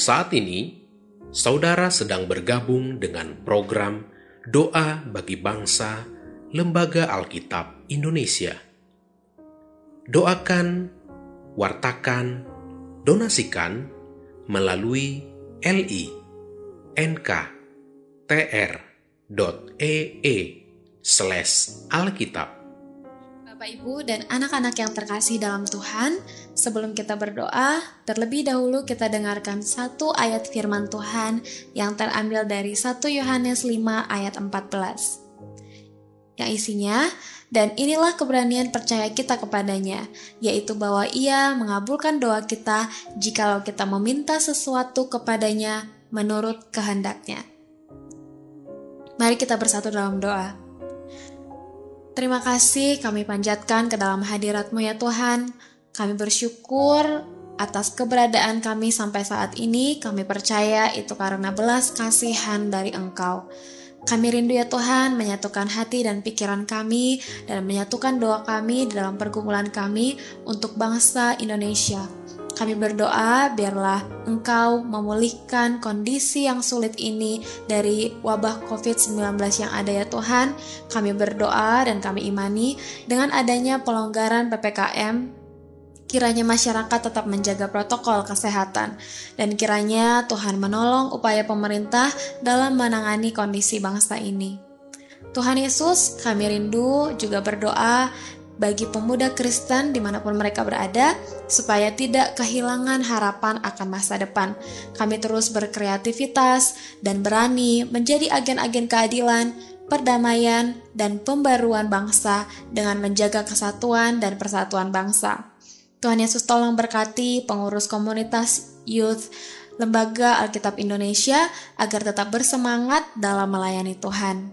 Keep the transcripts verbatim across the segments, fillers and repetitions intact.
Saat ini, saudara sedang bergabung dengan program Doa bagi Bangsa Lembaga Alkitab Indonesia. Doakan, wartakan, donasikan melalui li nkr.ee slash alkitab. Bapak, Ibu, dan anak-anak yang terkasih dalam Tuhan, sebelum kita berdoa, terlebih dahulu kita dengarkan satu ayat firman Tuhan yang terambil dari satu Yohanes lima ayat empat belas. Yang isinya, dan inilah keberanian percaya kita kepadanya, yaitu bahwa Ia mengabulkan doa kita jikalau kita meminta sesuatu kepadanya menurut kehendaknya. Mari kita bersatu dalam doa. Terima kasih kami panjatkan ke dalam hadirat-Mu ya Tuhan. Kami bersyukur atas keberadaan kami sampai saat ini. Kami percaya itu karena belas kasihan dari Engkau. Kami rindu ya Tuhan menyatukan hati dan pikiran kami dan menyatukan doa kami di dalam pergumulan kami untuk bangsa Indonesia. Kami berdoa biarlah Engkau memulihkan kondisi yang sulit ini dari wabah covid sembilan belas yang ada ya Tuhan. Kami berdoa dan kami imani dengan adanya pelonggaran P P K M, kiranya masyarakat tetap menjaga protokol kesehatan dan kiranya Tuhan menolong upaya pemerintah dalam menangani kondisi bangsa ini. Tuhan Yesus, kami rindu juga berdoa bagi pemuda Kristen dimanapun mereka berada, supaya tidak kehilangan harapan akan masa depan. Kami terus berkreativitas dan berani menjadi agen-agen keadilan, perdamaian, dan pembaruan bangsa dengan menjaga kesatuan dan persatuan bangsa. Tuhan Yesus tolong berkati pengurus komunitas youth Lembaga Alkitab Indonesia agar tetap bersemangat dalam melayani Tuhan.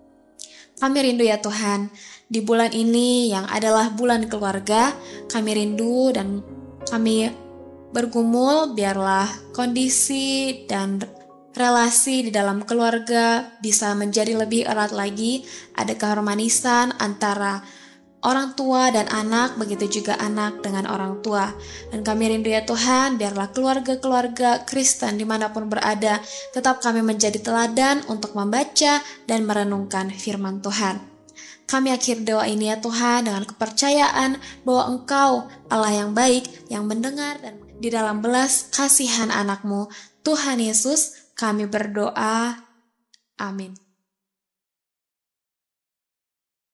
Kami rindu ya Tuhan, di bulan ini yang adalah bulan keluarga, kami rindu dan kami bergumul biarlah kondisi dan relasi di dalam keluarga bisa menjadi lebih erat lagi, ada keharmonisan antara orang tua dan anak, begitu juga anak dengan orang tua. Dan kami rindu ya Tuhan, biarlah keluarga-keluarga Kristen dimanapun berada, tetap kami menjadi teladan untuk membaca dan merenungkan firman Tuhan. Kami akhir doa ini ya Tuhan dengan kepercayaan bahwa Engkau Allah yang baik, yang mendengar dan di dalam belas kasihan anak-Mu, Tuhan Yesus, kami berdoa. Amin.